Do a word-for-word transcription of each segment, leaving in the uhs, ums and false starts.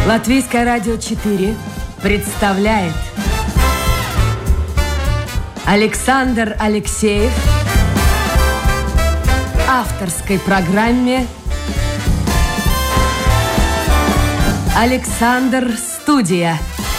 Латвийское радио четыре представляет Александр Алексеев в авторской программе «Александр Студия».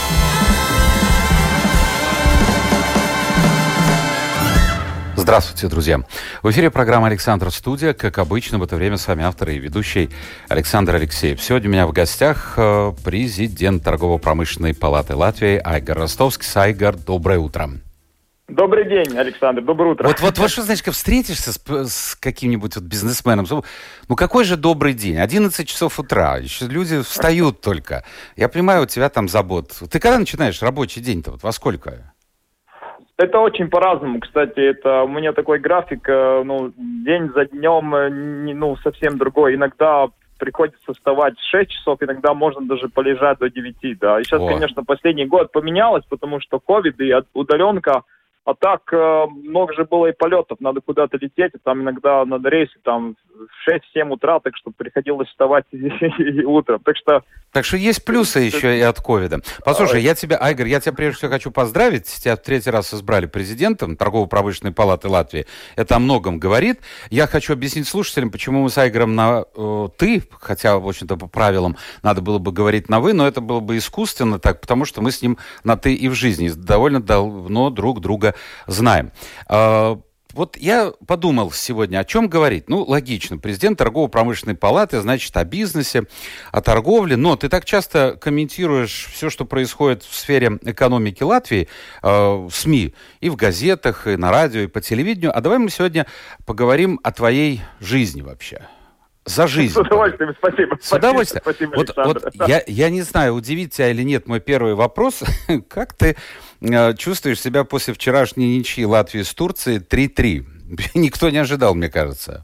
Здравствуйте, друзья. В эфире программа «Александр Студия». Как обычно, в это время с вами автор и ведущий Александр Алексеев. Сегодня у меня в гостях президент Торгово-промышленной палаты Латвии Айгар Ростовскис. Айгар, доброе утро. Добрый день, Александр, доброе утро. Вот, вот, вот что значит, как встретишься с, с каким-нибудь вот бизнесменом, ну какой же добрый день, одиннадцать часов утра, еще люди встают только. Я понимаю, у тебя там забот. Ты когда начинаешь рабочий день-то, вот во сколько? Это очень по-разному, кстати, это у меня такой график, ну, день за днем, ну, совсем другой. Иногда приходится вставать в шесть часов, иногда можно даже полежать до девяти, да. И сейчас, О. конечно, последний год поменялось, потому что ковид и удаленка, а так много же было и полетов, надо куда-то лететь, и там иногда надо рейсы там в шесть-семь утра, так что приходилось вставать утром, так что... Так что есть плюсы еще и от ковида. Послушай, я тебя, Айгар, я тебя прежде всего хочу поздравить. Тебя в третий раз избрали президентом Торгово-промышленной палаты Латвии. Это о многом говорит. Я хочу объяснить слушателям, почему мы с Айгаром на э, «ты», хотя, в общем-то, по правилам надо было бы говорить на «вы», но это было бы искусственно так, потому что мы с ним на «ты» и в жизни довольно давно друг друга знаем. Э, Вот я подумал сегодня, о чем говорить. Ну, логично. Президент Торгово-промышленной палаты, значит, о бизнесе, о торговле. Но ты так часто комментируешь все, что происходит в сфере экономики Латвии, э, в СМИ, и в газетах, и на радио, и по телевидению. А давай мы сегодня поговорим о твоей жизни вообще. За жизнь. С удовольствием, спасибо. С удовольствием. Спасибо, вот, вот я, я не знаю, удивит тебя или нет мой первый вопрос. Как ты э, чувствуешь себя после вчерашней ничьи Латвии с Турцией три-три? Никто не ожидал, мне кажется.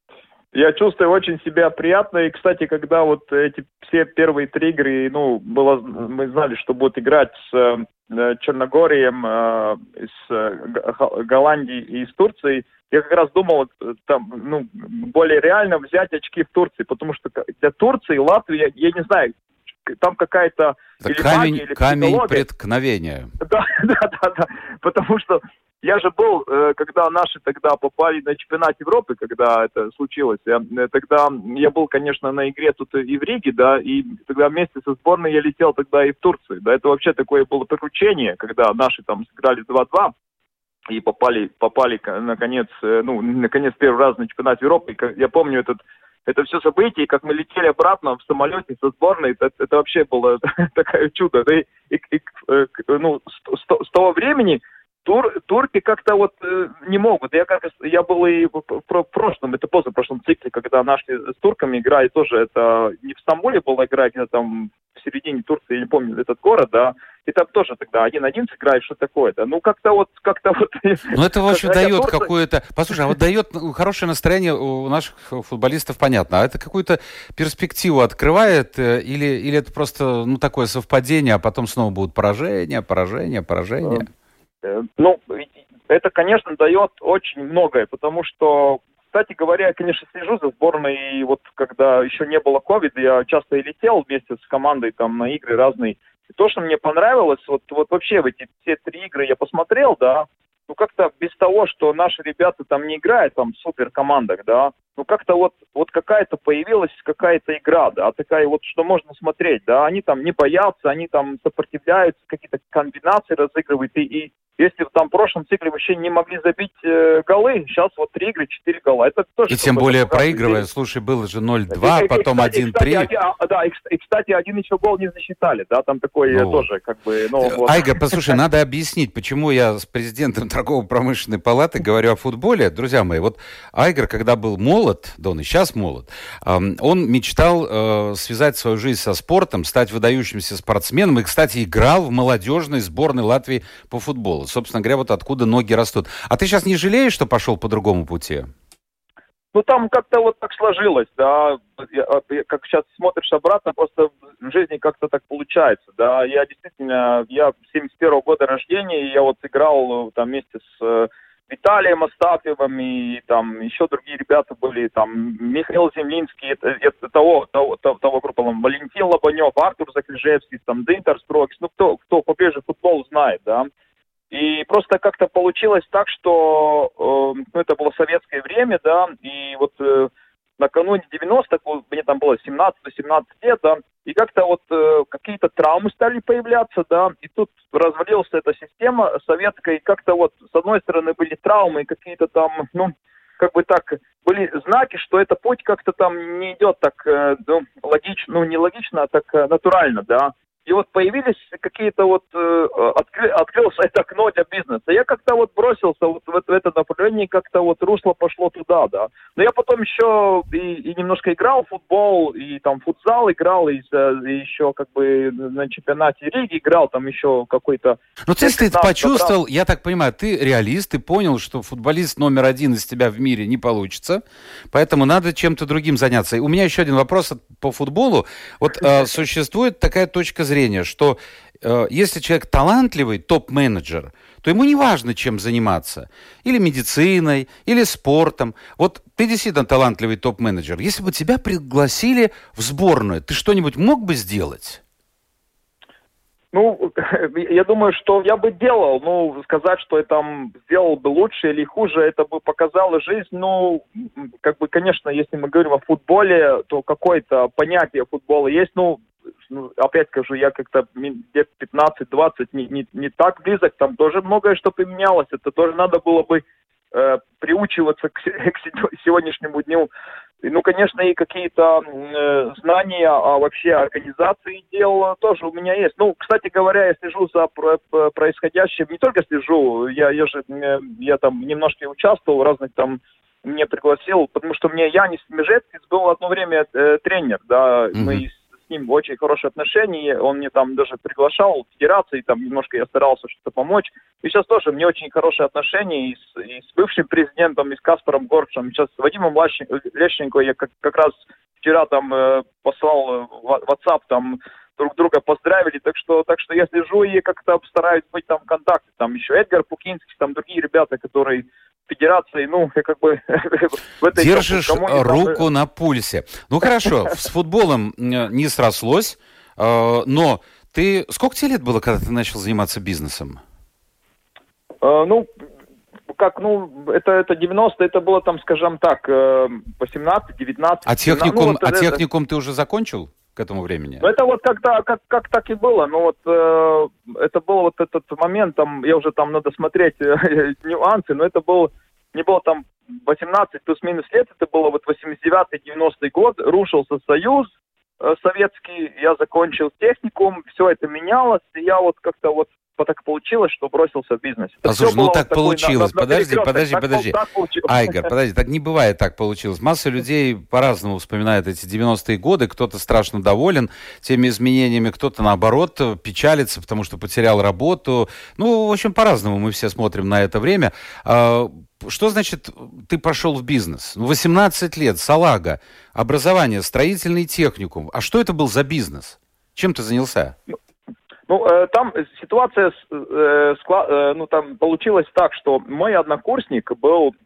Я чувствую очень себя приятно. И, кстати, когда вот эти все первые три игры, ну, было, мы знали, что будут играть с э, Черногорией, э, с э, Голландией и с Турцией, я как раз думал, там, ну, более реально взять очки в Турции, потому что для Турции, Латвии, я, я не знаю, там какая-то... Или камень, магия, или камень преткновения. Да, да, да, да, потому что я же был, когда наши тогда попали на чемпионат Европы, когда это случилось, я, тогда я был, конечно, на игре тут и в Риге, да, и тогда вместе со сборной я летел тогда и в Турцию, да, это вообще такое было приключение, когда наши там сыграли два-два, и попали, попали, наконец, ну, наконец, первый раз на чемпионат Европы. И я помню этот, это все событие, как мы летели обратно в самолете со сборной, это, это вообще было такое чудо. Да, и, и, и, ну, с, с, с того времени тур, турки как-то вот э, не могут. Я, как, я был и в, в, в прошлом, это позапрошлом цикле, когда наши с турками играли тоже, это не в Стамбуле была игра, где-то там в середине Турции, я не помню этот город, да, и там тоже тогда один-один сыграет, что такое-то. Ну, как-то вот... Как-то вот ну, это, в общем, дает Турция... какое-то... Послушай, а вот дает хорошее настроение у наших футболистов, понятно. А это какую-то перспективу открывает? Или, или это просто, ну, такое совпадение, а потом снова будут поражения, поражения, поражения? Ну, это, конечно, дает очень многое, потому что... Кстати говоря, я, конечно, слежу за сборной, и вот когда еще не было ковида, я часто и летел вместе с командой там на игры разные. И то, что мне понравилось, вот, вот вообще в эти все три игры я посмотрел, да, ну как-то без того, что наши ребята там не играют там в супер командах, да, ну как-то вот, вот какая-то появилась какая-то игра, да, такая вот, что можно смотреть, да, они там не боятся, они там сопротивляются, какие-то комбинации разыгрывают, и, и если в там прошлом цикле вообще не могли забить э, голы, сейчас вот три игры, четыре гола. Это тоже и тем более проигрывая, день. Слушай, было же ноль-два, и, потом один-три. Да, и, и, кстати, один еще гол не засчитали, да, там такой ну, тоже как бы... Ну, вот. Айгар, послушай, надо объяснить, почему я с президентом Торгово-промышленной палаты говорю о футболе. Друзья мои, вот Айгар, когда был молод, да он и сейчас молод, он мечтал связать свою жизнь со спортом, стать выдающимся спортсменом и, кстати, играл в молодежной сборной Латвии по футболу. Собственно говоря, вот откуда ноги растут. А ты сейчас не жалеешь, что пошел по другому пути? Ну, там как-то вот так сложилось, да. Я, как сейчас смотришь обратно, просто в жизни как-то так получается, да. Я действительно, я семьдесят первого года рождения, и я вот играл там вместе с Виталием Астафьевым, и там еще другие ребята были, там Михаил Землинский, это, это того, того, того группы, там, Валентин Лобанев, Артур Закрижевский, там Динтер Строкс, ну кто, кто побежит футбол знает, да. И просто как-то получилось так, что э, ну, это было советское время, да, и вот э, накануне девяностых, мне там было семнадцать-восемнадцать лет, да, и как-то вот э, какие-то травмы стали появляться, да, и тут развалилась эта система советская, и как-то вот с одной стороны были травмы, и какие-то там, ну, как бы так, были знаки, что этот путь как-то там не идет так, э, ну, логично, ну, не логично, а так э, натурально, да. И вот появились какие-то вот, э, откры, открылось это окно для бизнеса. Я как-то вот бросился вот в, в это направление, как-то вот русло пошло туда, да. Но я потом еще и, и немножко играл в футбол, и там футзал играл, и, и еще как бы на чемпионате Риги играл, там еще какой-то... Ну ты, ты это почувствовал, собрал. Я так понимаю, ты реалист, ты понял, что футболист номер один из тебя в мире не получится, поэтому надо чем-то другим заняться. И у меня еще один вопрос по футболу. Вот э, существует такая точка зрения, что э, если человек талантливый, топ-менеджер, то ему не важно, чем заниматься. Или медициной, или спортом. Вот ты действительно талантливый топ-менеджер. Если бы тебя пригласили в сборную, ты что-нибудь мог бы сделать? Ну, я думаю, что я бы делал. Ну, сказать, что я там сделал бы лучше или хуже, это бы показала жизнь. Ну, как бы, конечно, если мы говорим о футболе, то какое-то понятие футбола есть. Ну, Ну, опять скажу, я как-то лет пятнадцать-двадцать не, не, не так близок, там тоже многое что поменялось, это тоже надо было бы э, приучиваться к, к сегодняшнему дню. И, ну, конечно, и какие-то э, знания о вообще организации дел тоже у меня есть. Ну, кстати говоря, я слежу за про, происходящим, не только слежу, я, я же, я там немножко участвовал в разных там, мне пригласил, потому что мне Янис Межецкий был одно время э, тренер, да, mm-hmm. мы с ним очень хорошие отношения, он мне там даже приглашал в федерации, там немножко я старался что-то помочь. И сейчас тоже мне очень хорошие отношения и с, и с бывшим президентом, и с Каспаром Горчем. Сейчас с Вадимом Лещенко я как, как раз вчера там э, послал в WhatsApp, там друг друга поздравили, так что, так что я слежу и как-то стараюсь быть там в контакте. Там еще Эдгар Пукинский, там другие ребята, которые федерации, ну, я как бы... в этой Держишь руку там... на пульсе. Ну, хорошо, с футболом не срослось, но ты... Сколько тебе лет было, когда ты начал заниматься бизнесом? Ну, как, ну, это, это девяностые, это было там, скажем так, восемнадцать-девятнадцать. А техникум, ну, вот а это... техникум ты уже закончил к этому времени? Ну, это вот как-то, как, как так и было. Ну, вот э, это был вот этот момент, там, я уже там надо смотреть э, нюансы, но это был, не было там восемнадцать плюс-минус лет, это было вот восемьдесят девятый девяностый год, рушился Союз э, Советский, я закончил техникум, все это менялось, и я вот как-то вот так получилось, что бросился в бизнес. А, слушай, ну так вот получилось. Такой, подожди, подожди, так, подожди. Так Айгор, подожди, так не бывает, так получилось. Масса людей по-разному вспоминает эти девяностые годы. Кто-то страшно доволен теми изменениями, кто-то, наоборот, печалится, потому что потерял работу. Ну, в общем, по-разному мы все смотрим на это время. Что значит, ты пошел в бизнес? Ну, восемнадцать лет, салага, образование, строительный техникум. А что это был за бизнес? Чем ты занялся? Ну, э, там ситуация, э, склад, э, ну, там получилось так, что мой однокурсник был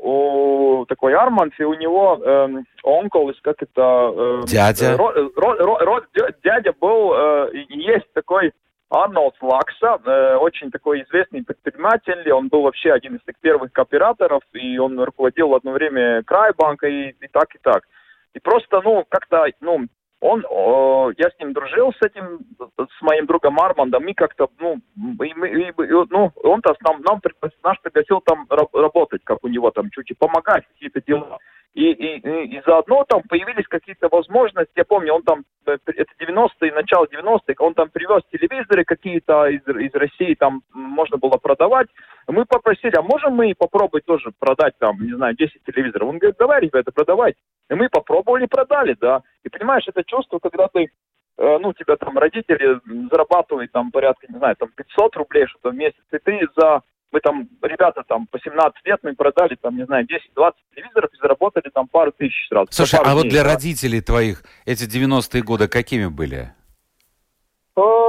о, о, такой Арманд, и у него э, онкл, как это... Э, дядя? Ро, ро, ро, ро, дядя был, э, есть такой Арнольд Лакса, э, очень такой известный предприниматель, он был вообще один из таких первых кооператоров, и он руководил в одно время Крайбанка, и, и так, и так. И просто, ну, как-то, ну... Он, о, я с ним дружил, с этим, с моим другом Армандом, и как-то, ну, и, мы, и, ну он-то нам, нам наш пригласил там работать, как у него там, чуть-чуть помогать, какие-то дела. И, и, и, и заодно там появились какие-то возможности, я помню, он там, это девяностые, начало девяностых, он там привез телевизоры какие-то из, из России, там можно было продавать. Мы попросили, а можем мы попробовать тоже продать там, не знаю, десять телевизоров? Он говорит, давай, ребята, продавайте. И мы попробовали, продали, да. И понимаешь, это чувство, когда ты, э, ну, тебя там родители зарабатывают там порядка, не знаю, там пятьсот рублей что-то в месяц, и ты за, мы там, ребята там по семнадцать лет, мы продали там, не знаю, десять-двадцать телевизоров и заработали там пару тысяч сразу. Слушай, а дней, вот для да. родителей твоих эти девяностые годы какими были? Э,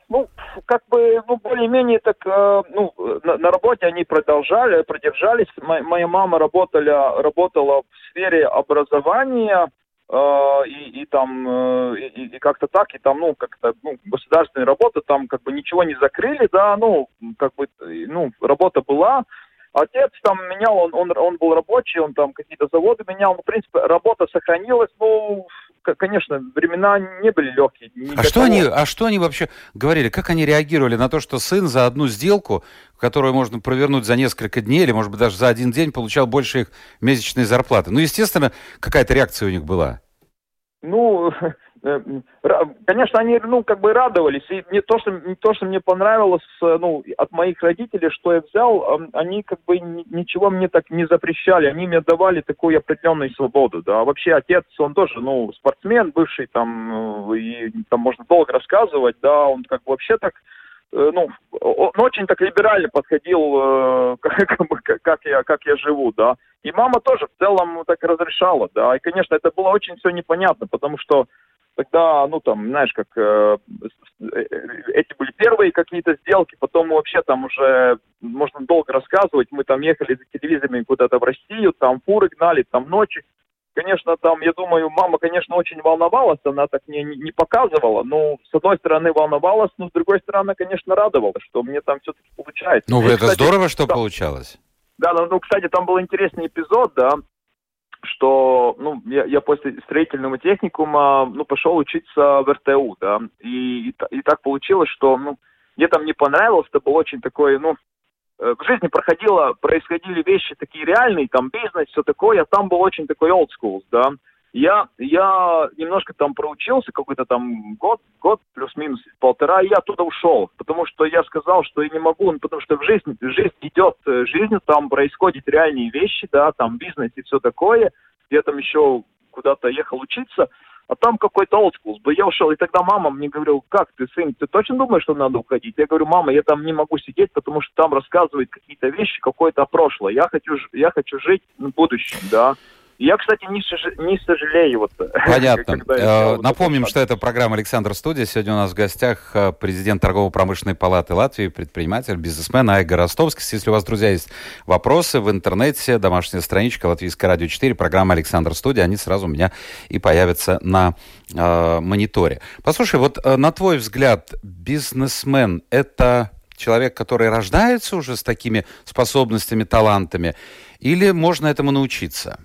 Ну, как бы, ну, более-менее так, э, ну, на, на работе они продолжали, продержались. Мо- моя мама работала, работала в сфере образования, э, и, и там, э, и, и как-то так, и там, ну, как-то, ну, государственная работа, там, как бы, ничего не закрыли, да, ну, как бы, ну, работа была. Отец там менял, он, он, он был рабочий, он там какие-то заводы менял, ну, в принципе, работа сохранилась, ну, конечно, времена не были легкие. А что, они, а что они вообще говорили? Как они реагировали на то, что сын за одну сделку, которую можно провернуть за несколько дней, или, может быть, даже за один день, получал больше их месячной зарплаты? Ну, естественно, какая-то реакция у них была. Ну, конечно, они, ну, как бы радовались. И не то, что, не то, что мне понравилось, ну, от моих родителей, что я взял, они как бы ничего мне так не запрещали. Они мне давали такую определенную свободу, да. А вообще отец, он тоже, ну, спортсмен бывший, там, и там можно долго рассказывать, да, он как бы вообще так, ну, он очень так либерально подходил, как, как, я, как я живу, да. И мама тоже в целом так разрешала, да. И, конечно, это было очень все непонятно, потому что тогда, ну, там, знаешь, как э, эти были первые какие-то сделки, потом вообще там уже можно долго рассказывать. Мы там ехали за телевизорами куда-то в Россию, там фуры гнали, там ночи. Конечно, там, я думаю, мама, конечно, очень волновалась, она так не, не показывала, но с одной стороны волновалась, но с другой стороны, конечно, радовалась, что мне там все-таки получается. Ну, и, это кстати, здорово, что да, получалось. Да, ну, ну, кстати, там был интересный эпизод, да, что, ну, я, я после строительного техникума, ну, пошел учиться в эр тэ у, да, и, и, и так получилось, что, ну, мне там не понравилось, это был очень такой, ну, в жизни проходило, происходили вещи такие реальные, там, бизнес, все такое, а там был очень такой old school, да. Я, я немножко там проучился, какой-то там год, год плюс-минус полтора, и я оттуда ушел, потому что я сказал, что я не могу, потому что в жизни, жизнь идет, жизнь, там происходят реальные вещи, да, там бизнес и все такое, я там еще куда-то ехал учиться, а там какой-то old school, я ушел, и тогда мама мне говорила, как ты, сын, ты точно думаешь, что надо уходить? Я говорю, мама, я там не могу сидеть, потому что там рассказывают какие-то вещи, какое-то прошлое, я хочу, я хочу жить в будущем, да. Я, кстати, не, сож... не сожалею. Вот, понятно. Э, напомним, что это программа «Александр Студия». Сегодня у нас в гостях президент Торгово-промышленной палаты Латвии, предприниматель, бизнесмен Айгар Ростовский. Если у вас, друзья, есть вопросы в интернете, домашняя страничка Латвийское радио четыре, программа «Александр Студия», они сразу у меня и появятся на э, мониторе. Послушай, вот э, на твой взгляд, бизнесмен – это человек, который рождается уже с такими способностями, талантами, или можно этому научиться?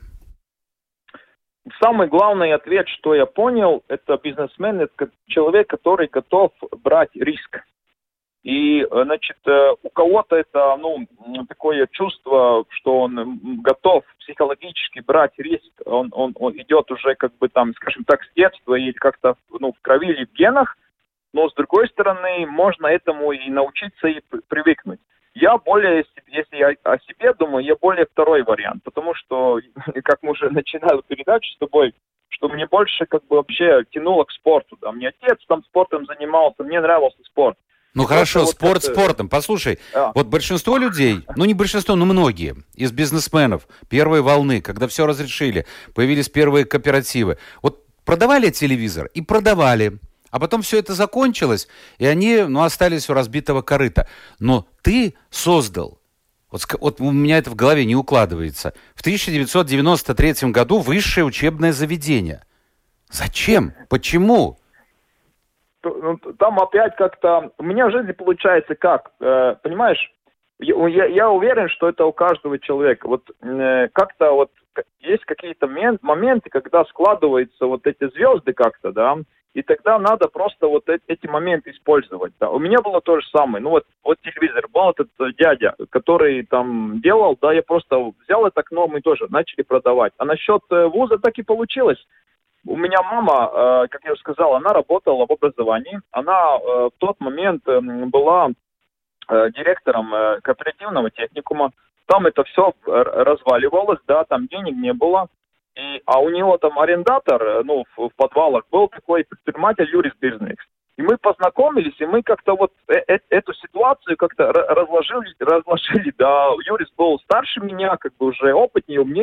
Самый главный ответ, что я понял, это бизнесмен, это человек, который готов брать риск. И, значит, у кого-то это, ну, такое чувство, что он готов психологически брать риск, он, он, он идет уже, как бы там, скажем так, с детства и как-то, ну, в крови или в генах, но, с другой стороны, можно этому и научиться, и привыкнуть. Я более, если я о себе думаю, я более второй вариант, потому что, как мы уже начинали передачу с тобой, что мне больше как бы вообще тянуло к спорту. Да. Мне отец там спортом занимался, мне нравился спорт. Ну и хорошо, вот спорт это... спортом. Послушай, а. вот большинство людей, ну не большинство, но многие из бизнесменов первой волны, когда все разрешили, появились первые кооперативы, вот продавали телевизор и продавали. А потом все это закончилось, и они, ну, остались у разбитого корыта. Но ты создал, вот, вот у меня это в голове не укладывается, в тысяча девятьсот девяносто третьем году высшее учебное заведение. Зачем? Почему? Там опять как-то... У меня в жизни получается как? Э, понимаешь, я, я уверен, что это у каждого человека. Вот э, как-то вот есть какие-то моменты, когда складываются вот эти звезды как-то, да, и тогда надо просто вот эти, эти моменты использовать. Да. У меня было то же самое. Ну вот, вот телевизор, был этот дядя, который там делал, да, я просто взял это окно, мы тоже начали продавать. А насчет вуза так и получилось. У меня мама, э, как я уже сказал, она работала в образовании. Она э, в тот момент э, была э, директором э, кооперативного техникума. Там это все разваливалось, да, там денег не было. И, а у него там арендатор, ну, в, в подвалах был такой предприниматель Юрис Бирзнекс. И мы познакомились, и мы как-то вот э- э- эту ситуацию как-то разложили, разложили, да. Юрис был старше меня, как бы уже опытнее, умнее.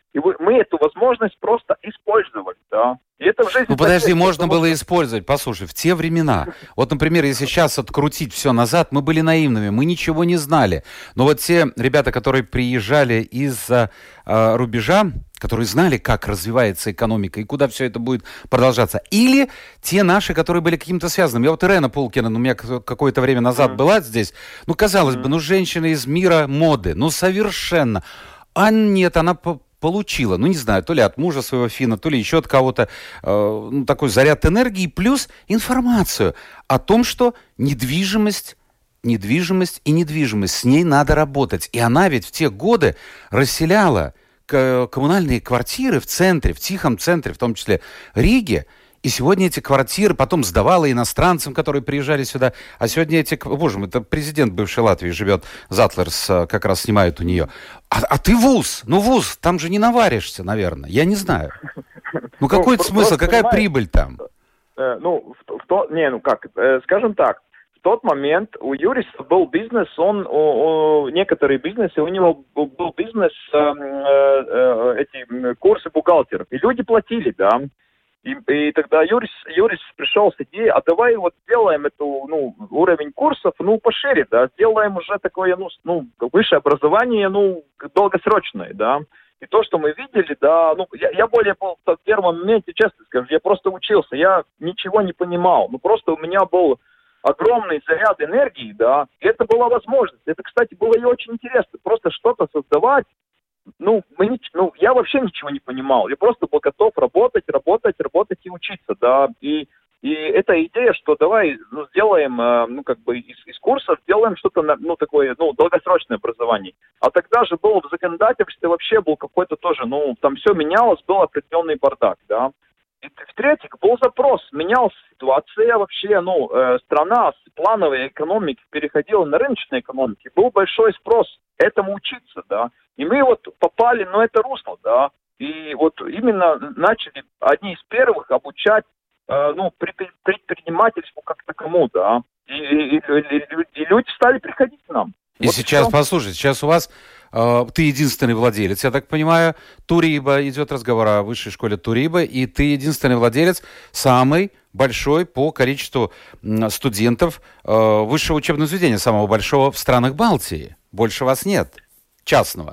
И вы, мы эту возможность просто использовали, да. И это в жизни... Ну подожди, можно потому, было что... использовать. Послушай, в те времена, вот, например, если сейчас открутить все назад, мы были наивными, мы ничего не знали. Но вот те ребята, которые приезжали из-за э, рубежа, которые знали, как развивается экономика и куда все это будет продолжаться. Или те наши, которые были каким-то связанными. Я вот Ирена Пулкина, ну, у меня какое-то время назад mm-hmm. была здесь. Ну, казалось mm-hmm. бы, ну, женщина из мира моды. Ну, совершенно. А нет, она... получила, ну, не знаю, то ли от мужа своего Фина, то ли еще от кого-то, э, ну, такой заряд энергии, плюс информацию о том, что недвижимость, недвижимость и недвижимость, с ней надо работать. И она ведь в те годы расселяла к- коммунальные квартиры в центре, в тихом центре, в том числе Риге. И сегодня эти квартиры потом сдавала иностранцам, которые приезжали сюда. А сегодня эти... Боже мой, это президент бывшей Латвии живет, Затлерс как раз снимает у нее. А, а ты вуз? Ну, вуз, там же не наваришься, наверное. Я не знаю. Ну, какой ну, смысл? Какая прибыль там? Э, ну, в, в то... Не, ну как, э, скажем так. В тот момент у юриста был бизнес, он, у, у, некоторые бизнесы, у него был, был бизнес, э, э, эти курсы бухгалтеров. И люди платили, да. И, и тогда юрист, юрист пришел с идеей, а давай вот сделаем эту, ну, уровень курсов, ну, пошире, да, сделаем уже такое, ну, ну, высшее образование, ну, долгосрочное, да. И то, что мы видели, да, ну, я, я более был в первом моменте, честно скажу, я просто учился, я ничего не понимал, ну, просто у меня был огромный заряд энергии, да, и это была возможность. Это, кстати, было и очень интересно, просто что-то создавать. Ну, мы, ну, я вообще ничего не понимал. Я просто был готов работать, работать, работать и учиться, да. И, и эта идея, что давай ну, сделаем, ну, как бы из, из курсов, сделаем что-то, ну, такое, ну, долгосрочное образование. А тогда же был в законодательстве вообще был какой-то тоже, ну, там все менялось, был определенный бардак, да. И в-третьих, был запрос, менялась ситуация вообще, ну, э, страна с плановой экономики переходила на рыночную экономику, был большой спрос этому учиться, да, и мы вот попали на это русло, да, и вот именно начали одни из первых обучать, э, ну, предпринимательству как таковому, да, и, и, и, и, и люди стали приходить к нам. И вот сейчас, все. Послушай, сейчас у вас, э, ты единственный владелец, я так понимаю, Туриба, идет разговор о высшей школе Туриба, и ты единственный владелец самый большой по количеству студентов э, высшего учебного заведения, самого большого в странах Балтии. Больше вас нет, частного.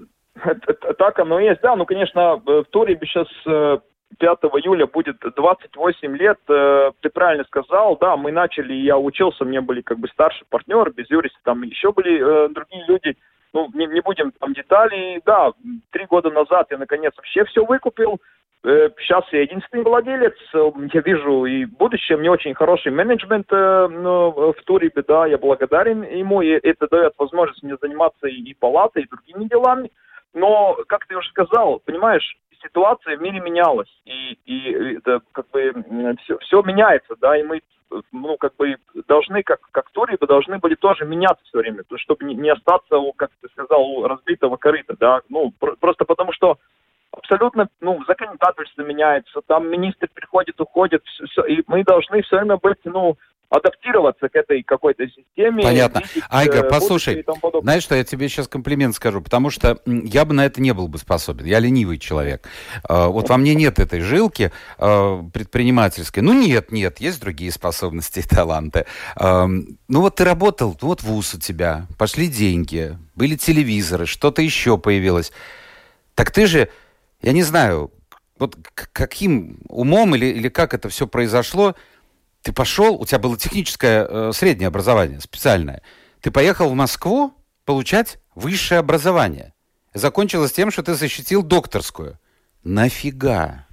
Так оно и есть, да, ну, конечно, в Турибе сейчас... пятого июля будет двадцать восемь лет, ты правильно сказал, да, мы начали, я учился, у меня были как бы старший партнер, без юриста там еще были э, другие люди, ну, не, не будем там деталей, да, три года назад я наконец вообще все выкупил, э, сейчас я единственный владелец, я вижу и будущее, мне очень хороший менеджмент э, ну, в Турибе, да, я благодарен ему, и это дает возможность мне заниматься и, и палатой, и другими делами, но, как ты уже сказал, понимаешь, ситуация в мире менялась, и, и это как бы все, все меняется, да, и мы, ну, как бы должны, как, как Туриба, должны были тоже меняться все время, чтобы не, не остаться, как ты сказал, у разбитого корыта, да, ну, про, просто потому что абсолютно, ну, законодательство меняется, там министр приходит, уходит, все, все, и мы должны все время быть, ну, адаптироваться к этой какой-то системе. Понятно. Айгар, послушай, знаешь что, я тебе сейчас комплимент скажу, потому что я бы на это не был бы способен. Я ленивый человек. Вот во мне нет этой жилки предпринимательской. Ну нет, нет, есть другие способности и таланты. Ну вот ты работал, вот вуз у тебя, пошли деньги, были телевизоры, что-то еще появилось. Так ты же, я не знаю, вот каким умом или, или как это все произошло, ты пошел, у тебя было техническое э, среднее образование, специальное. Ты поехал в Москву получать высшее образование. Закончилось тем, что ты защитил докторскую. Нафига?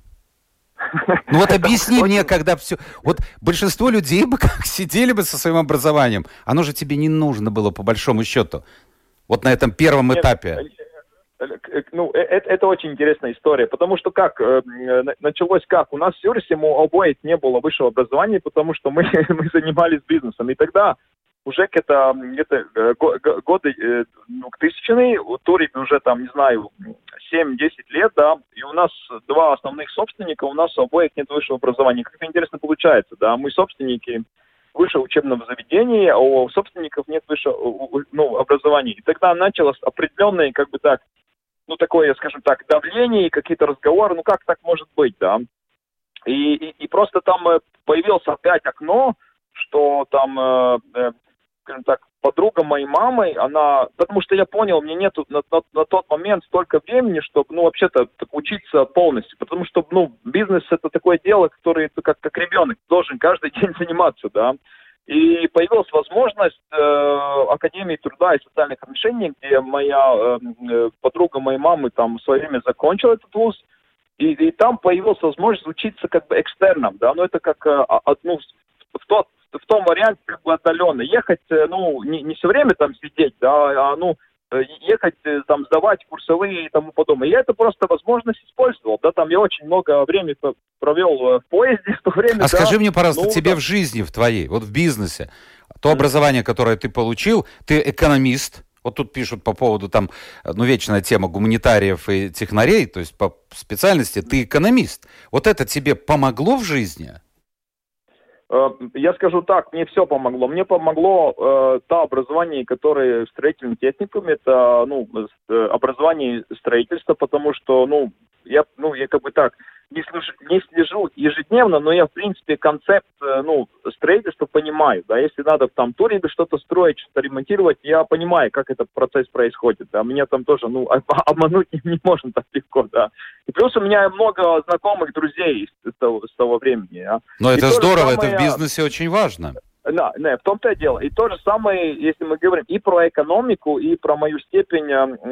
Ну вот объясни мне, когда все... Вот большинство людей бы как сидели бы со своим образованием. Оно же тебе не нужно было, по большому счету. Вот на этом первом этапе. Ну, это, это очень интересная история, потому что как, э, началось как, у нас с юристом у обоих не было высшего образования, потому что мы, мы занимались бизнесом, и тогда уже где-то, где-то годы э, двухтысячные, у Турибе уже там, не знаю, семь-десять лет, да, и у нас два основных собственника, у нас у обоих нет высшего образования. Как интересно получается, да, мы собственники высшего учебного заведения, а у собственников нет высшего, ну, образования. И тогда началось определенное, как бы так, ну, такое, скажем так, давление, какие-то разговоры, ну, как так может быть, да. И, и, и просто там появилось опять окно, что там, э, э, скажем так, подруга моей мамы, она, потому что я понял, мне нету на, на, на тот момент столько времени, чтобы, ну, вообще-то, так, учиться полностью, потому что, ну, бизнес это такое дело, которое, как, как ребенок, должен каждый день заниматься, да. И появилась возможность э, Академии труда и социальных отношений, где моя э, подруга моей мамы там в свое время закончила этот вуз, и, и там появилась возможность учиться как бы экстерном, да, но это как э, ну, в, тот, в том варианте как бы отдаленно. Ехать, э, ну, не, не все время там сидеть, да, а, ну, ехать, там, сдавать курсовые и тому подобное. Я это просто возможность использовал, да, там я очень много времени провел в поезде в то время. А да. скажи мне, пожалуйста, ну, тебе да. в жизни, в твоей, вот в бизнесе, то образование, которое ты получил, ты экономист, вот тут пишут по поводу, там, ну, вечная тема гуманитариев и технарей, то есть по специальности ты экономист. Вот это тебе помогло в жизни? Я скажу так, мне все помогло. Мне помогло э, то образование, которое в строительном техникуме, это, ну, образование строительства, потому что, ну, я, ну, я как бы так, не слежу, не слежу ежедневно, но я, в принципе, концепт, э, ну, строительства понимаю, да, если надо там то либо что-то строить, что-то ремонтировать, я понимаю, как этот процесс происходит, да, меня там тоже, ну, обмануть не, не можно так легко, да. И плюс у меня много знакомых друзей с того, с того времени, да. Но И это здорово, самое... это в бизнесе очень важно. Да, да, в том-то и дело. И то же самое, если мы говорим и про экономику, и про мою степень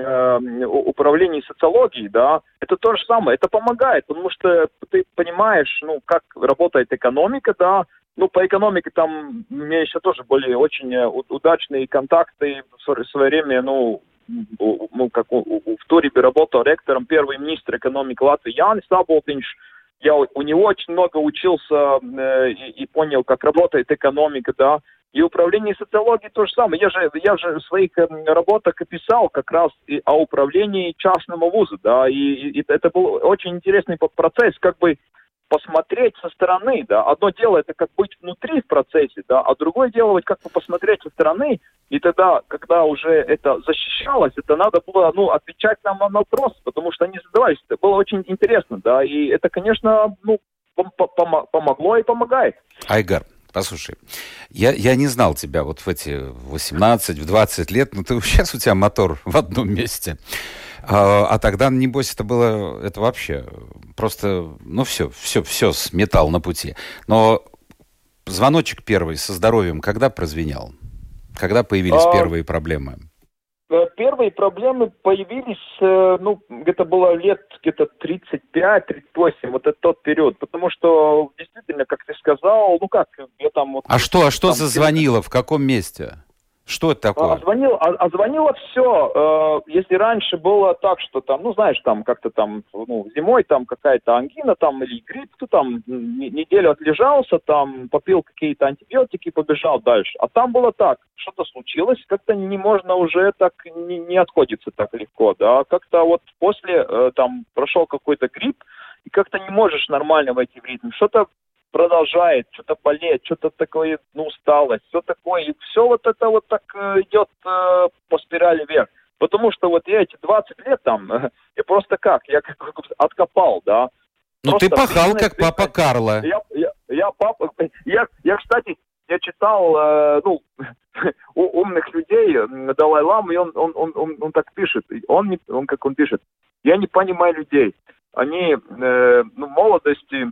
э, управления социологией, да, это то же самое. Это помогает, потому что ты понимаешь, ну, как работает экономика, да. Ну, по экономике там у меня еще тоже были очень удачные контакты в свое время, ну, ну как в Турибе работал ректором первый министр экономики Латвии Янис Аболтинш. Я у него очень много учился э, и, и понял, как работает экономика, да. И управление социологией то же самое. Я же, я же в своих э, работах описал как раз и о управлении частного вуза, да. И, и это был очень интересный процесс, как бы посмотреть со стороны, да. Одно дело это как быть внутри в процессе, да, а другое дело вот как бы посмотреть со стороны, и тогда, когда уже это защищалось, это надо было, ну, отвечать нам на вопросы, потому что они задавались, это было очень интересно, да, и это, конечно, ну, пом- помогло и помогает. Айгар, послушай, я, я не знал тебя вот в эти восемнадцать, в двадцать лет, но ты сейчас у тебя мотор в одном месте. А, а тогда, небось, это было, это вообще просто, ну, все, все, все сметал на пути. Но звоночек первый со здоровьем когда прозвенел? Когда появились а... первые проблемы? Первые проблемы появились, ну, где-то было лет где-то тридцать пять тридцать восемь, вот это тот период, потому что, действительно, как ты сказал, ну как, я там... Вот, а что, а что там, зазвонило, в каком месте? Что это такое? А, звонил, а, а звонило все. Э, если раньше было так, что там, ну, знаешь, там как-то там, ну, зимой там какая-то ангина там или грипп, ты там неделю отлежался, там попил какие-то антибиотики и побежал дальше. А там было так, что-то случилось, как-то не можно уже так, не, не отходится так легко, да. Как-то вот после, э, там, прошел какой-то грипп, и как-то не можешь нормально войти в ритм. Что-то продолжает, что-то болеть, что-то такое, ну, усталость, все такое. И все вот это вот так э, идет э, по спирали вверх. Потому что вот я эти двадцать лет там, э, я просто как, я как откопал, да. Ну, просто ты пахал, бизнес, как папа Карло. Я, я, я папа, я, я, кстати, я читал, э, ну, у умных людей, Далай-Ламу, и он, он, он, он, он так пишет, он, не, он как он пишет, я не понимаю людей. Они, э, ну, в молодости,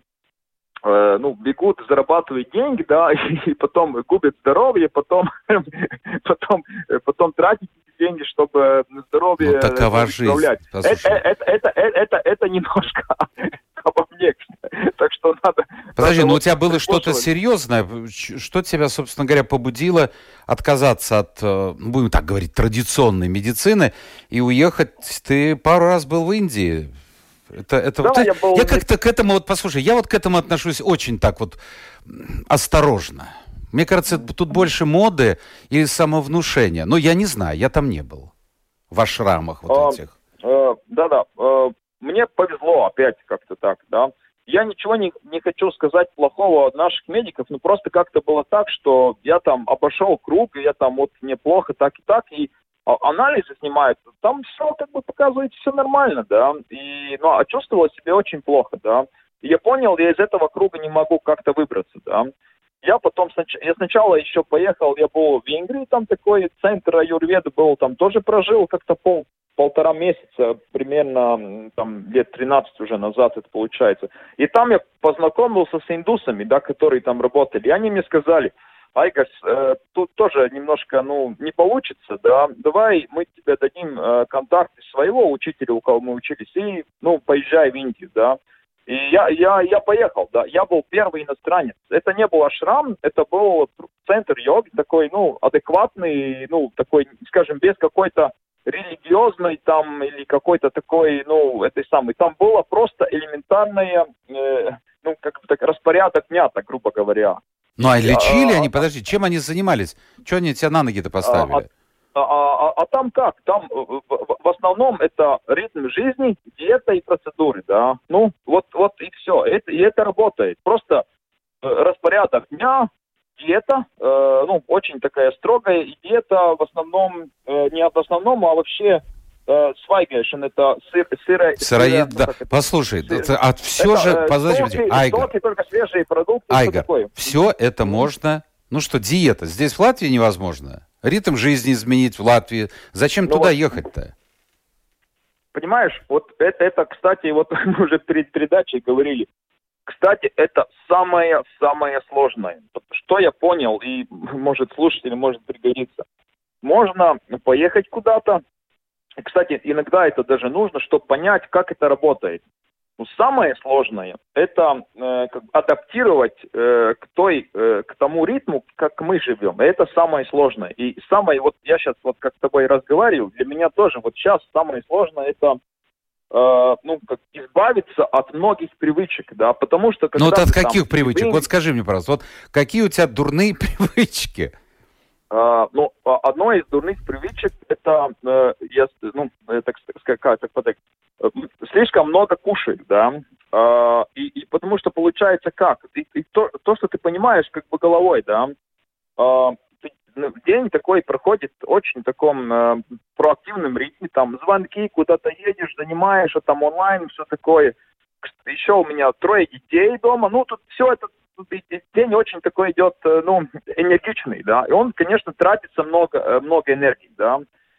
ну, бегут, зарабатывают деньги, да, и потом губят здоровье, потом, потом, потом тратят эти деньги, чтобы здоровье ну, такова жизнь. Это, это, это, это, это немножко обо мне. Так что надо... Подожди, но ну, у тебя было что-то серьезное? Что тебя, собственно говоря, побудило отказаться от, будем так говорить, традиционной медицины и уехать? Ты пару раз был в Индии. Это, это да, вот, я, был... я как-то к этому, вот послушай, я вот к этому отношусь очень так вот осторожно. Мне кажется, тут больше моды или самовнушения. Но я не знаю, я там не был. В ашрамах вот а, этих. А, да-да, а, мне повезло опять как-то так, да. Я ничего не, не хочу сказать плохого от наших медиков, но просто как-то было так, что я там обошел круг, и я там вот мне плохо так и так, и анализы снимаются, там все как бы показывает, все нормально, да, и, ну, а чувствовал себя очень плохо, да. И я понял, я из этого круга не могу как-то выбраться, да. Я потом, снач... я сначала еще поехал, я был в Венгрии, там такой центр аюрведы был, там тоже прожил как-то пол, полтора месяца, примерно там лет тринадцать уже назад это получается. И там я познакомился с индусами, да, которые там работали, и они мне сказали: Айгар, э, тут тоже немножко, ну, не получится, да, давай мы тебе дадим э, контакты своего учителя, у кого мы учились, и, ну, поезжай в Индию, да. И я, я, я поехал, да, я был первый иностранец. Это не был ашрам, это был центр йоги, такой, ну, адекватный, ну, такой, скажем, без какой-то религиозной там или какой-то такой, ну, этой самой. Там было просто элементарное, э, ну, как бы так, распорядок дня, так грубо говоря. Ну, а лечили а, они, подожди, чем они занимались? Что они тебя на ноги-то поставили? А, а, а, а там как? Там в, в основном это ритм жизни, диета и процедуры, да. Ну, вот, вот и все. Это, и это работает. Просто э, распорядок дня, диета, э, ну, очень такая строгая, и диета в основном, э, не в основном, а вообще э, свайгейшн, это сыр, сыра... Сыроед, да. Послушай, сыр. Это, а все это, же, э, подождите, Айгар, только свежие продукты. Айгар, все это можно, ну что, диета, здесь в Латвии невозможно? Ритм жизни изменить в Латвии. Зачем ну туда вот, ехать-то? Понимаешь, вот это, это, кстати, вот мы уже перед передачей говорили. Кстати, это самое-самое сложное. Что я понял, и, может, слушателям может пригодиться. Можно поехать куда-то. Кстати, иногда это даже нужно, чтобы понять, как это работает. Но самое сложное – это э, адаптировать э, к, той, э, к тому ритму, как мы живем. Это самое сложное. И самое, вот я сейчас вот как с тобой разговариваю, для меня тоже вот сейчас самое сложное – это э, ну, как избавиться от многих привычек, да, потому что… Ну вот от каких привычек? Привык... Вот скажи мне, пожалуйста, вот какие у тебя дурные привычки? Uh, ну, одно из дурных привычек это, uh, я, ну, так сказать, так, так, uh, слишком много кушать, да, uh, и, и потому что получается как, и, и то, то, что ты понимаешь как бы головой, да, uh, ты, ну, день такой проходит очень в таком uh, проактивном ритме, там, звонки, куда-то едешь, занимаешь, а там онлайн, все такое, еще у меня трое детей дома, ну, тут все это день очень такой идет, ну, энергичный, да, и он, конечно, тратится много, много энергии, да,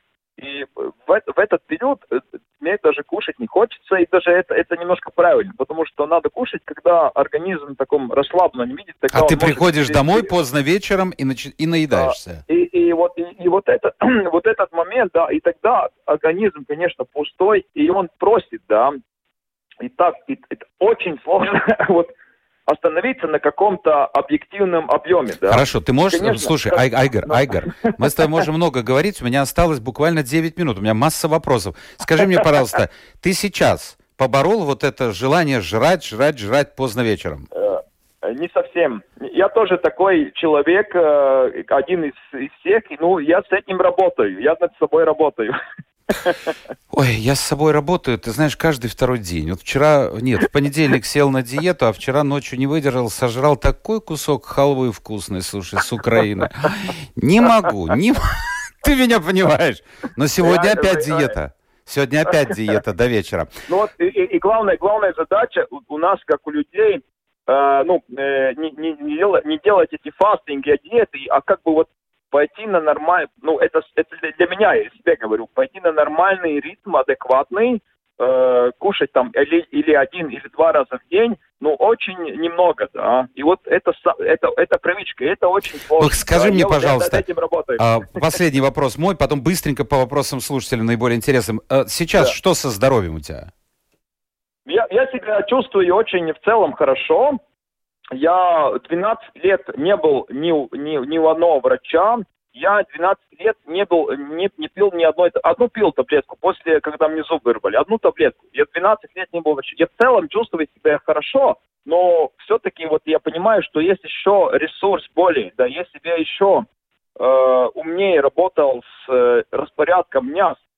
и в, в этот период мне даже кушать не хочется, и даже это, это немножко правильно, потому что надо кушать, когда организм в таком расслабленном виде. А ты приходишь может... домой поздно вечером и, нач... и наедаешься. А, и, и, вот, и, и вот, это, вот этот момент, да, и тогда организм, конечно, пустой, и он просит, да, и так, и, это очень сложно, вот, остановиться на каком-то объективном объеме, да. Хорошо, ты можешь... Конечно, слушай, как... Айгар, Айгар, мы с тобой можем много говорить, у меня осталось буквально девять минут, у меня масса вопросов. Скажи мне, пожалуйста, ты сейчас поборол вот это желание жрать, жрать, жрать поздно вечером? Не совсем. Я тоже такой человек, один из, из всех, ну, я с этим работаю, я над собой работаю. Ой, я с собой работаю, ты знаешь, каждый второй день. Вот вчера, нет, в понедельник сел на диету, а вчера ночью не выдержал, сожрал такой кусок халвы вкусный, слушай, с Украины. Не могу, не ты меня понимаешь. Но сегодня опять диета. Сегодня опять диета до вечера. Ну вот, и, и, и главная, главная задача у, у нас, как у людей, э, ну, э, не, не, не, делать, не делать эти фастинги, а диеты, а как бы вот пойти на нормальный, ну, это, это для меня, я себе говорю, пойти на нормальный ритм, адекватный, э, кушать там или, или один, или два раза в день, ну, очень немного, да. И вот это, это, это привычка, это очень сложно. Ох, скажи да, мне, пожалуйста, а, последний вопрос мой, потом быстренько по вопросам слушателей наиболее интересным. Сейчас да. Что со здоровьем у тебя? Я, я себя чувствую очень в целом хорошо. Я двенадцать лет не был ни, ни, ни у одного врача. Я двенадцать лет не был, не, не пил ни одной... Одну пил таблетку после, когда мне зуб вырвали. Одну таблетку. Я двенадцать лет не был врача. Я в целом чувствую себя хорошо, но все-таки вот я понимаю, что есть еще ресурс более. Да, если бы я еще э, умнее работал с э, распорядком дня,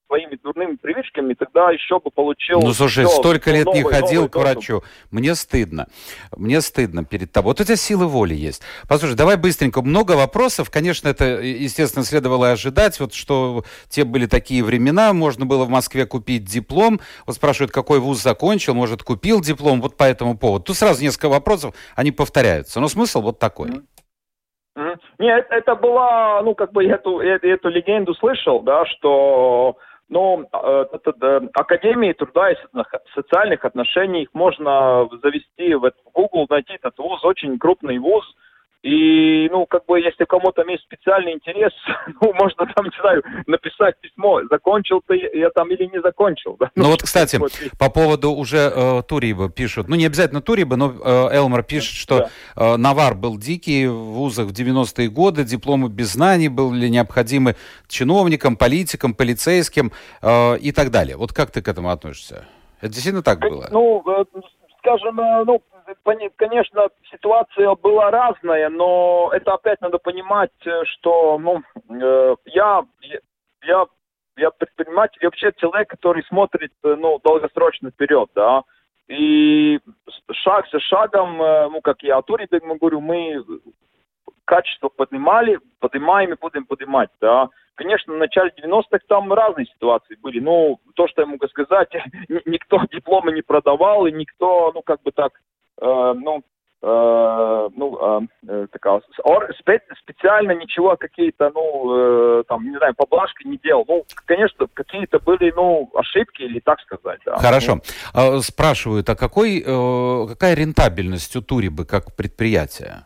своими дурными привычками, тогда еще бы получил... Ну, слушай, все, столько лет новый, не ходил новый к врачу. Мне стыдно. Мне стыдно перед тобой. Вот у тебя силы воли есть. Послушай, давай быстренько. Много вопросов. Конечно, это, естественно, следовало и ожидать. Вот что те были такие времена. Можно было в Москве купить диплом. Вот спрашивают, какой вуз закончил. Может, купил диплом. Вот по этому поводу. Тут сразу несколько вопросов. Они повторяются. Но смысл вот такой. Mm-hmm. Mm-hmm. Нет, это была, ну, как бы, эту, эту, эту легенду слышал, да, что... Но э, это, э, Академии труда и социальных отношений, их можно завести в, в Google, найти этот вуз, очень крупный вуз. И, ну, как бы, если кому-то есть специальный интерес, ну, можно там, не знаю, написать письмо, закончил ты я там или не закончил. Да? Ну, вот, кстати, по поводу уже э, Туриба пишут, ну, не обязательно Туриба, но э, Элмар пишет, что да. э, навар был дикий в вузах в девяностые годы, дипломы без знаний были необходимы чиновникам, политикам, полицейским э, и так далее. Вот как ты к этому относишься? Это действительно так было? Ну, э, скажем, э, ну, конечно, ситуация была разная, но это опять надо понимать, что, ну, э, я, я, я предприниматель, я вообще человек, который смотрит, ну, долгосрочно вперед, да, и шаг за шагом, э, ну, как я о Турибе говорю, мы качество поднимали, поднимаем и будем поднимать, да. Конечно, в начале девяностых там разные ситуации были, ну, то, что я могу сказать, никто дипломы не продавал, и никто, ну, как бы так, Uh, ну, uh, ну, uh, такая, специально ничего, какие-то, ну, uh, там, не знаю, поблажки не делал. Ну, конечно, какие-то были, ну, ошибки, или так сказать, да. Хорошо. Ну, спрашивают, а какой, какая рентабельность у Турибы как предприятия?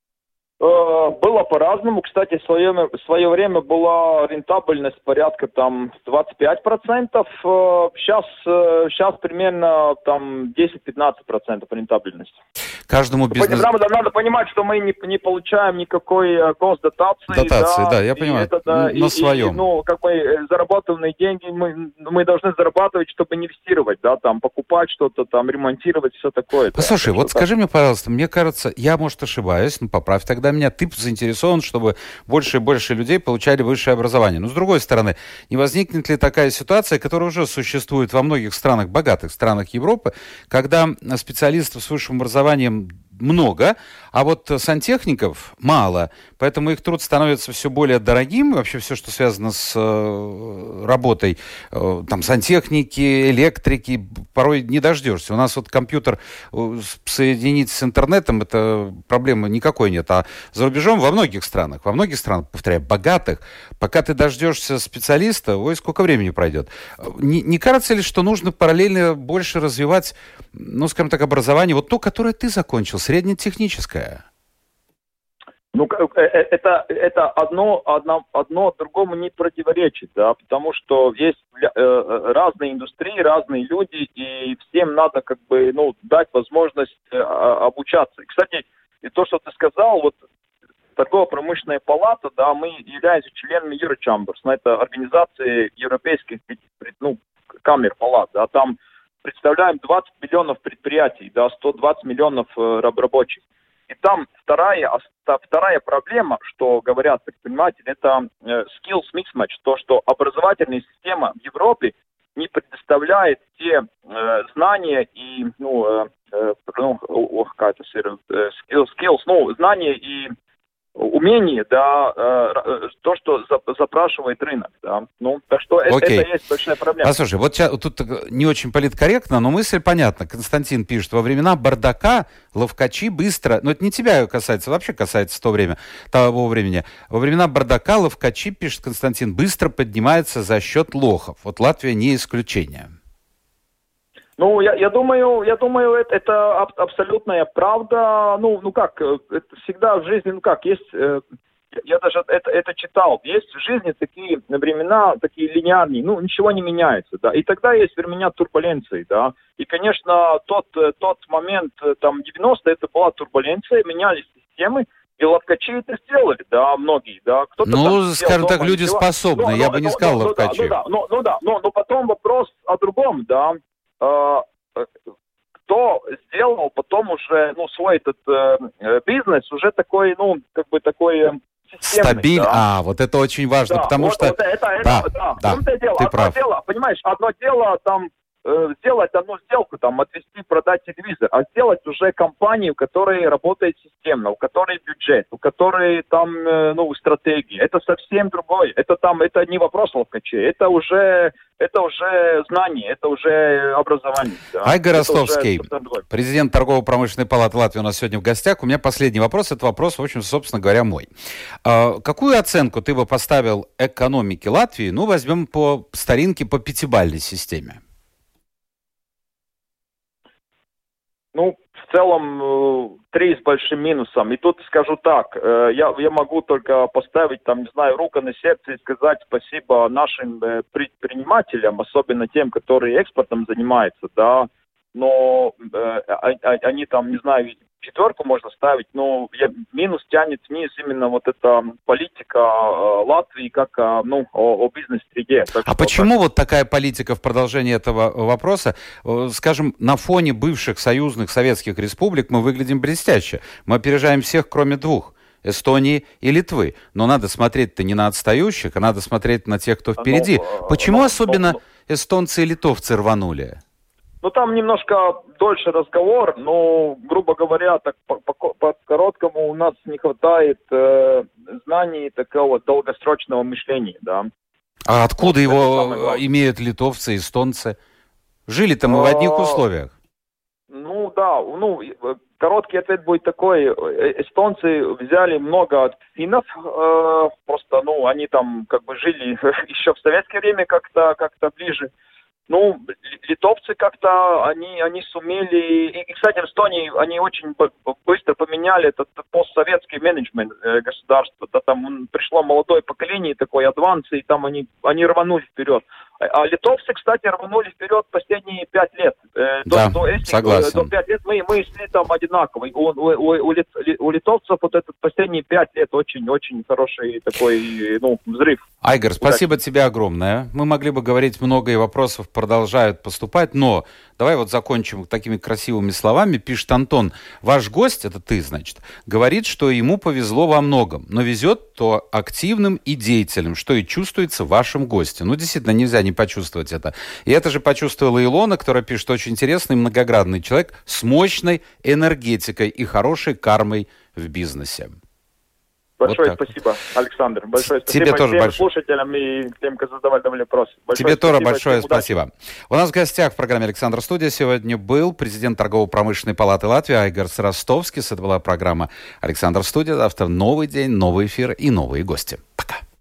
Было по-разному. Кстати, в свое, в свое время была рентабельность порядка там двадцать пять процентов. Сейчас, сейчас примерно там десять-пятнадцать процентов рентабельности. Каждому бизнесу... Надо, надо понимать, что мы не, не получаем никакой госдотации. Дотации, да, да, я понимаю, это, да, на и, своем. И, ну, как бы заработанные деньги мы, мы должны зарабатывать, чтобы инвестировать, да, там, покупать что-то, там, ремонтировать, все такое. Послушай, да, вот скажи так. мне, пожалуйста, мне кажется, я, может, ошибаюсь, ну, поправь тогда меня, ты заинтересован, чтобы больше и больше людей получали высшее образование. Но, с другой стороны, не возникнет ли такая ситуация, которая уже существует во многих странах, богатых странах Европы, когда специалистов с высшим образованием много, а вот сантехников мало, поэтому их труд становится все более дорогим, вообще все, что связано с э, работой, э, там, сантехники, электрики, порой не дождешься. У нас вот компьютер э, соединить с интернетом, это проблемы никакой нет, а за рубежом во многих странах, во многих странах, повторяю, богатых, пока ты дождешься специалиста, ой, сколько времени пройдет. Не, не кажется ли, что нужно параллельно больше развивать, ну, скажем так, образование, вот то, которое ты закончил, среднетехническое? Ну, это, это одно, одно, одно другому не противоречит, да, потому что есть э, разные индустрии, разные люди, и всем надо, как бы, ну, дать возможность э, обучаться. И, кстати, и то, что ты сказал, вот, торгово-промышленная палата, да, мы являемся членами Eurochambers, но это организация европейских, ну, камер палат, да, там представляем двадцать миллионов предприятий, да, сто двадцать миллионов э, рабочих. И там вторая, вторая проблема, что говорят предприниматели, это э, skills mismatch, то, что образовательная система в Европе не предоставляет те э, знания и, ну, э, э, ну, ох, какая-то э, skills, skills, ну, знания и умение, да, э, то, что запрашивает рынок, да. Ну, так что это, это есть большая проблема. Послушай, вот сейчас, тут не очень политкорректно, но мысль понятна. Константин пишет, во времена бардака ловкачи быстро, но это не тебя касается, вообще касается то время, того времени. Во времена бардака ловкачи, пишет Константин, быстро поднимаются за счет лохов. Вот Латвия не исключение. Ну, я, я думаю, я думаю, это, это аб- абсолютная правда. Ну, ну как, это всегда в жизни, ну как, есть, э, я даже это, это читал, есть в жизни такие времена, такие линейные, ну, ничего не меняется, да, и тогда есть времена турбуленции, да, и, конечно, тот, тот момент, там, девяностые, это была турбуленция, менялись системы, и ловкачи это сделали, да, многие, да. Кто-то ну, скажем так, люди дела. способны, но, я но, бы не но, сказал но, ловкачи. Ну да, ну, ну, да, но, но потом вопрос о другом, да. Кто сделал потом уже, ну, свой этот э, бизнес, уже такой, ну, как бы такой... Э, Стабиль... Да. А, вот это очень важно, да, потому вот, что... Вот это, это, да, да, да, да. Дело. ты Одно прав. дело, понимаешь, одно дело там э, сделать одну сделку, там, отвести, продать телевизор, а сделать уже компанию, которая работает системно, у которой бюджет, у которой там, э, ну, стратегия. Это совсем другое. Это там, это не вопрос ловкачей, это уже, это уже знание, это уже образование. Да. Айгор Это Ростовский, уже... президент Торгово-промышленной палаты Латвии, у нас сегодня в гостях. У меня последний вопрос, это вопрос, в общем, собственно говоря, мой. А, какую оценку ты бы поставил экономике Латвии, ну, возьмем по старинке, по пятибалльной системе? Ну, в целом, три с большим минусом. И тут скажу так, я, я могу только поставить, там, не знаю, руку на сердце и сказать спасибо нашим предпринимателям, особенно тем, которые экспортом занимаются, да, но э, они там, не знаю, четверку можно ставить, но я, минус тянет вниз именно вот эта политика э, Латвии как э, ну, о, о бизнес-среде. Так а что, почему так... вот такая политика в продолжении этого вопроса? Скажем, на фоне бывших союзных советских республик мы выглядим блестяще. Мы опережаем всех, кроме двух. Эстонии и Литвы. Но надо смотреть-то не на отстающих, а надо смотреть на тех, кто впереди. Ну, почему ну, особенно ну, эстонцы и литовцы рванули? Ну, там немножко дольше разговор, но, грубо говоря, так по, по, по короткому у нас не хватает э, знаний такого долгосрочного мышления, да. А откуда вот его имеют литовцы, эстонцы? Жили-то мы а, в одних условиях. Ну, да, ну, короткий ответ будет такой. Эстонцы взяли много от финнов, э, просто, ну, они там как бы жили еще в советское время как-то, как-то ближе. Ну, литовцы как-то, они, они сумели, и, и, кстати, в Эстонии они очень быстро поменяли этот постсоветский менеджмент э, государства, да, там пришло молодое поколение, такой адванс, и там они, они рванули вперед. А литовцы, кстати, рванули вперед последние пять лет. Э, да, до, до, если, согласен. До пять лет мы, мы шли там одинаково. У, у, у, у, лит, у литовцев вот этот последние пять лет очень-очень хороший такой, ну, взрыв. Айгор, спасибо тебе огромное. Мы могли бы говорить много, и вопросов продолжают поступать, но давай вот закончим такими красивыми словами. Пишет Антон, ваш гость, это ты, значит, говорит, что ему повезло во многом, но везет то активным и деятельным, что и чувствуется в вашем госте. Ну, действительно, нельзя не почувствовать это. И это же почувствовала Илона, которая пишет, очень интересный, многоградный человек с мощной энергетикой и хорошей кармой в бизнесе. Большое вот спасибо, Александр. Большое спасибо тебе тоже всем большое. слушателям и тем, кто задавали вопросы. Большое тебе тоже спасибо, большое спасибо. У нас в гостях в программе «Александр Студия» сегодня был президент Торгово-промышленной палаты Латвии Айгор Ростовский. Это была программа «Александр Студия». Завтра новый день, новый эфир и новые гости. Пока.